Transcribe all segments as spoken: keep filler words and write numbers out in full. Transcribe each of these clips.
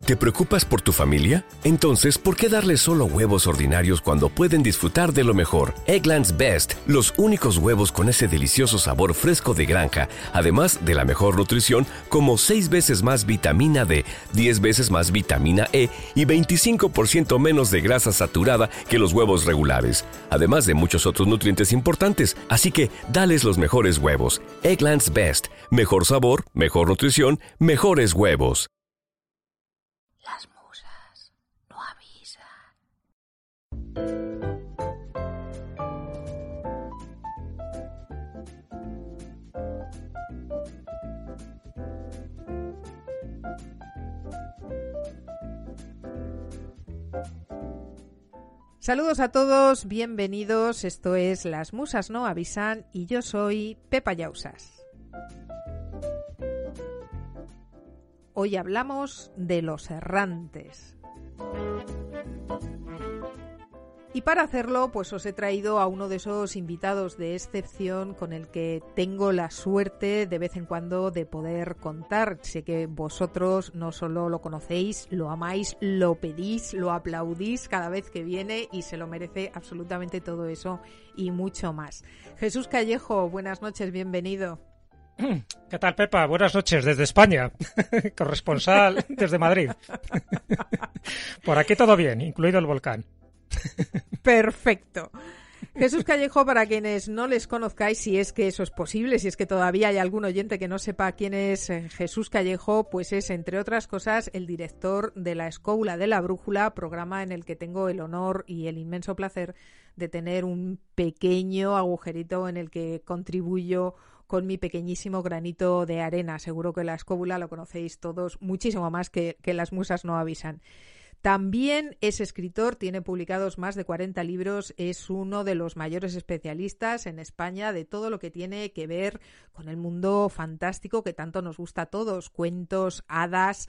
¿Te preocupas por tu familia? Entonces, ¿por qué darles solo huevos ordinarios cuando pueden disfrutar de lo mejor? Eggland's Best, los únicos huevos con ese delicioso sabor fresco de granja, además de la mejor nutrición, como seis veces más vitamina D, diez veces más vitamina E y veinticinco por ciento menos de grasa saturada que los huevos regulares, además de muchos otros nutrientes importantes. Así que, dales los mejores huevos. Eggland's Best, mejor sabor, mejor nutrición, mejores huevos. Las musas no avisan. Saludos a todos, bienvenidos. Esto es Las musas no avisan y yo soy Pepa Yausas. Hoy hablamos de los errantes. Y para hacerlo, pues os he traído a uno de esos invitados de excepción con el que tengo la suerte de vez en cuando de poder contar. Sé que vosotros no solo lo conocéis, lo amáis, lo pedís, lo aplaudís cada vez que viene y se lo merece absolutamente todo eso y mucho más. Jesús Callejo, buenas noches, bienvenido. ¿Qué tal, Pepa? Buenas noches desde España, corresponsal desde Madrid. Por aquí todo bien, incluido el volcán. Perfecto. Jesús Callejo, para quienes no les conozcáis, si es que eso es posible, si es que todavía hay algún oyente que no sepa quién es Jesús Callejo, pues es, entre otras cosas, el director de la Escóbula de la Brújula, programa en el que tengo el honor y el inmenso placer de tener un pequeño agujerito en el que contribuyo con mi pequeñísimo granito de arena. Seguro que la Escóbula lo conocéis todos muchísimo más que, que Las musas no avisan. También es escritor, tiene publicados más de cuarenta libros, es uno de los mayores especialistas en España de todo lo que tiene que ver con el mundo fantástico que tanto nos gusta a todos, cuentos, hadas,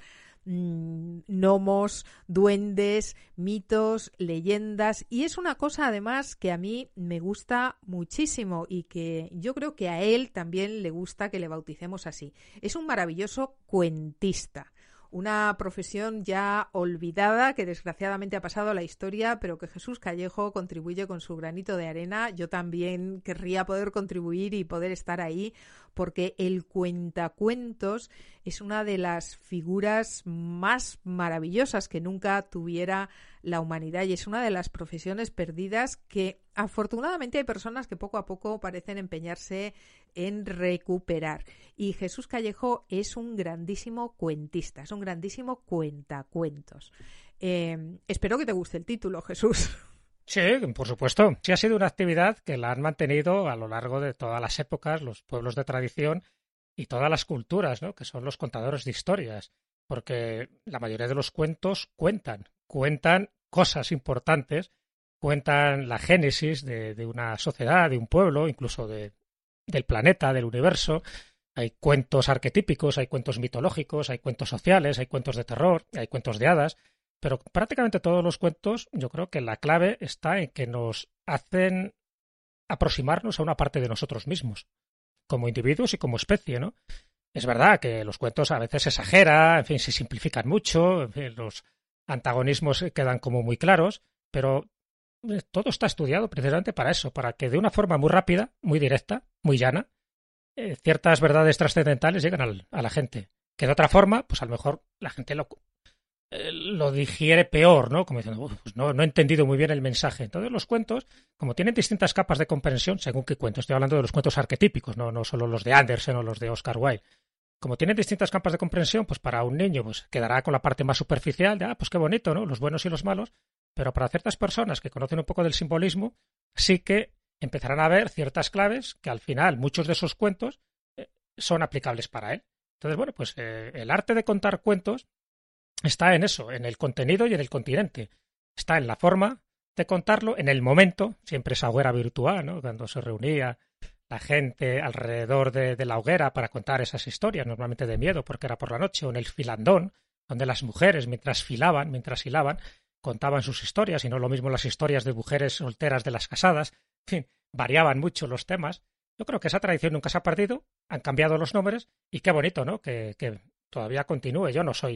mmm, gnomos, duendes, mitos, leyendas, y es una cosa además que a mí me gusta muchísimo y que yo creo que a él también le gusta que le bauticemos así. Es un maravilloso cuentista. Una profesión ya olvidada que desgraciadamente ha pasado a la historia, pero que Jesús Callejo contribuye con su granito de arena. Yo también querría poder contribuir y poder estar ahí, porque el cuentacuentos es una de las figuras más maravillosas que nunca tuviera la humanidad y es una de las profesiones perdidas que afortunadamente hay personas que poco a poco parecen empeñarse en recuperar. Y Jesús Callejo es un grandísimo cuentista, es un grandísimo cuentacuentos. Eh, espero que te guste el título, Jesús. Sí, por supuesto. Sí, ha sido una actividad que la han mantenido a lo largo de todas las épocas, los pueblos de tradición y todas las culturas, ¿no? Que son los contadores de historias, porque la mayoría de los cuentos cuentan, cuentan cosas importantes, cuentan la génesis de, de una sociedad, de un pueblo, incluso de, del planeta, del universo. Hay cuentos arquetípicos, hay cuentos mitológicos, hay cuentos sociales, hay cuentos de terror, hay cuentos de hadas. Pero prácticamente todos los cuentos, yo creo que la clave está en que nos hacen aproximarnos a una parte de nosotros mismos, como individuos y como especie, ¿no? Es verdad que los cuentos a veces se exagera, en fin, se simplifican mucho, en fin, los antagonismos quedan como muy claros, pero todo está estudiado precisamente para eso, para que de una forma muy rápida, muy directa, muy llana, eh, ciertas verdades trascendentales lleguen al, a la gente. Que de otra forma, pues a lo mejor la gente lo... lo digiere peor, ¿no? Como diciendo, pues no, no he entendido muy bien el mensaje. Entonces los cuentos, como tienen distintas capas de comprensión, según qué cuento, estoy hablando de los cuentos arquetípicos, no, no solo los de Andersen o los de Oscar Wilde. Como tienen distintas capas de comprensión, pues para un niño pues quedará con la parte más superficial de, ah, pues qué bonito, ¿no? Los buenos y los malos, pero para ciertas personas que conocen un poco del simbolismo, sí que empezarán a ver ciertas claves que al final muchos de esos cuentos eh, son aplicables para él. Entonces, bueno, pues eh, el arte de contar cuentos está en eso, en el contenido y en el continente. Está en la forma de contarlo, en el momento, siempre esa hoguera virtual, ¿no? Cuando se reunía la gente alrededor de, de la hoguera para contar esas historias, normalmente de miedo, porque era por la noche, o en el filandón, donde las mujeres, mientras filaban, mientras hilaban, contaban sus historias, y no lo mismo las historias de mujeres solteras de las casadas. En fin, variaban mucho los temas. Yo creo que esa tradición nunca se ha perdido, han cambiado los nombres, y qué bonito, ¿no? Que, que todavía continúe. Yo no soy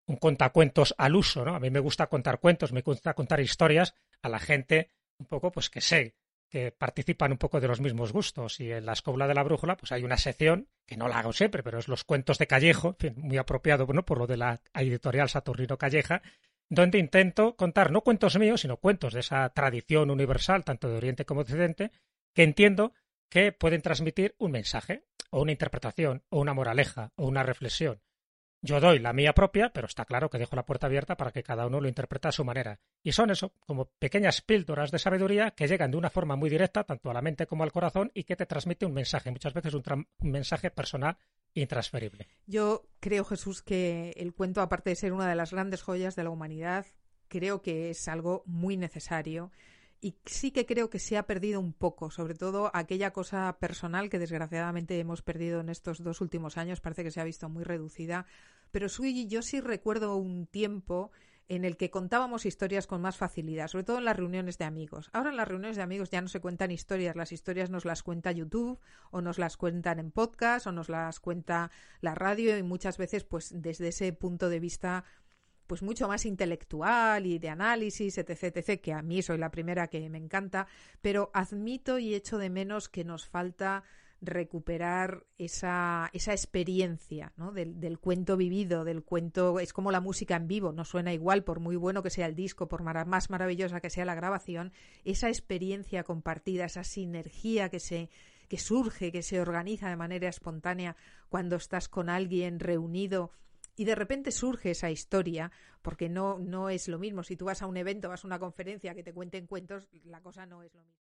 un contacuentos al uso, ¿no? A mí me gusta contar cuentos, me gusta contar historias a la gente un poco, pues que sé, que participan un poco de los mismos gustos. Y en la Escóbula de la Brújula, pues hay una sección, que no la hago siempre, pero es los cuentos de Callejo, en fin, muy apropiado, bueno, por lo de la editorial Saturnino Calleja, donde intento contar no cuentos míos, sino cuentos de esa tradición universal, tanto de Oriente como de Occidente, que entiendo que pueden transmitir un mensaje, o una interpretación, o una moraleja, o una reflexión. Yo doy la mía propia, pero está claro que dejo la puerta abierta para que cada uno lo interprete a su manera. Y son eso, como pequeñas píldoras de sabiduría que llegan de una forma muy directa, tanto a la mente como al corazón, y que te transmite un mensaje, muchas veces un, un mensaje personal intransferible. Yo creo, Jesús, que el cuento, aparte de ser una de las grandes joyas de la humanidad, creo que es algo muy necesario. Y sí que creo que se ha perdido un poco, sobre todo aquella cosa personal que desgraciadamente hemos perdido en estos dos últimos años, parece que se ha visto muy reducida, pero sí, yo sí recuerdo un tiempo en el que contábamos historias con más facilidad, sobre todo en las reuniones de amigos. Ahora en las reuniones de amigos ya no se cuentan historias, las historias nos las cuenta YouTube, o nos las cuentan en podcast, o nos las cuenta la radio, y muchas veces pues desde ese punto de vista pues mucho más intelectual y de análisis, etc, etcétera, que a mí soy la primera que me encanta, pero admito y echo de menos que nos falta recuperar esa, esa experiencia, ¿no? del, del cuento vivido, del cuento. Es como la música en vivo, no suena igual por muy bueno que sea el disco, por mar- más maravillosa que sea la grabación, esa experiencia compartida, esa sinergia que se que surge, que se organiza de manera espontánea cuando estás con alguien reunido. Y de repente surge esa historia, porque no, no es lo mismo. Si tú vas a un evento, vas a una conferencia que te cuenten cuentos, la cosa no es lo mismo.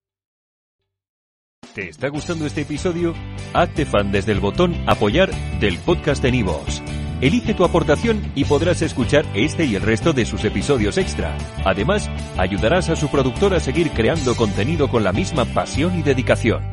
¿Te está gustando este episodio? Hazte fan desde el botón Apoyar del podcast de Nivos. Elige tu aportación y podrás escuchar este y el resto de sus episodios extra. Además, ayudarás a su productor a seguir creando contenido con la misma pasión y dedicación.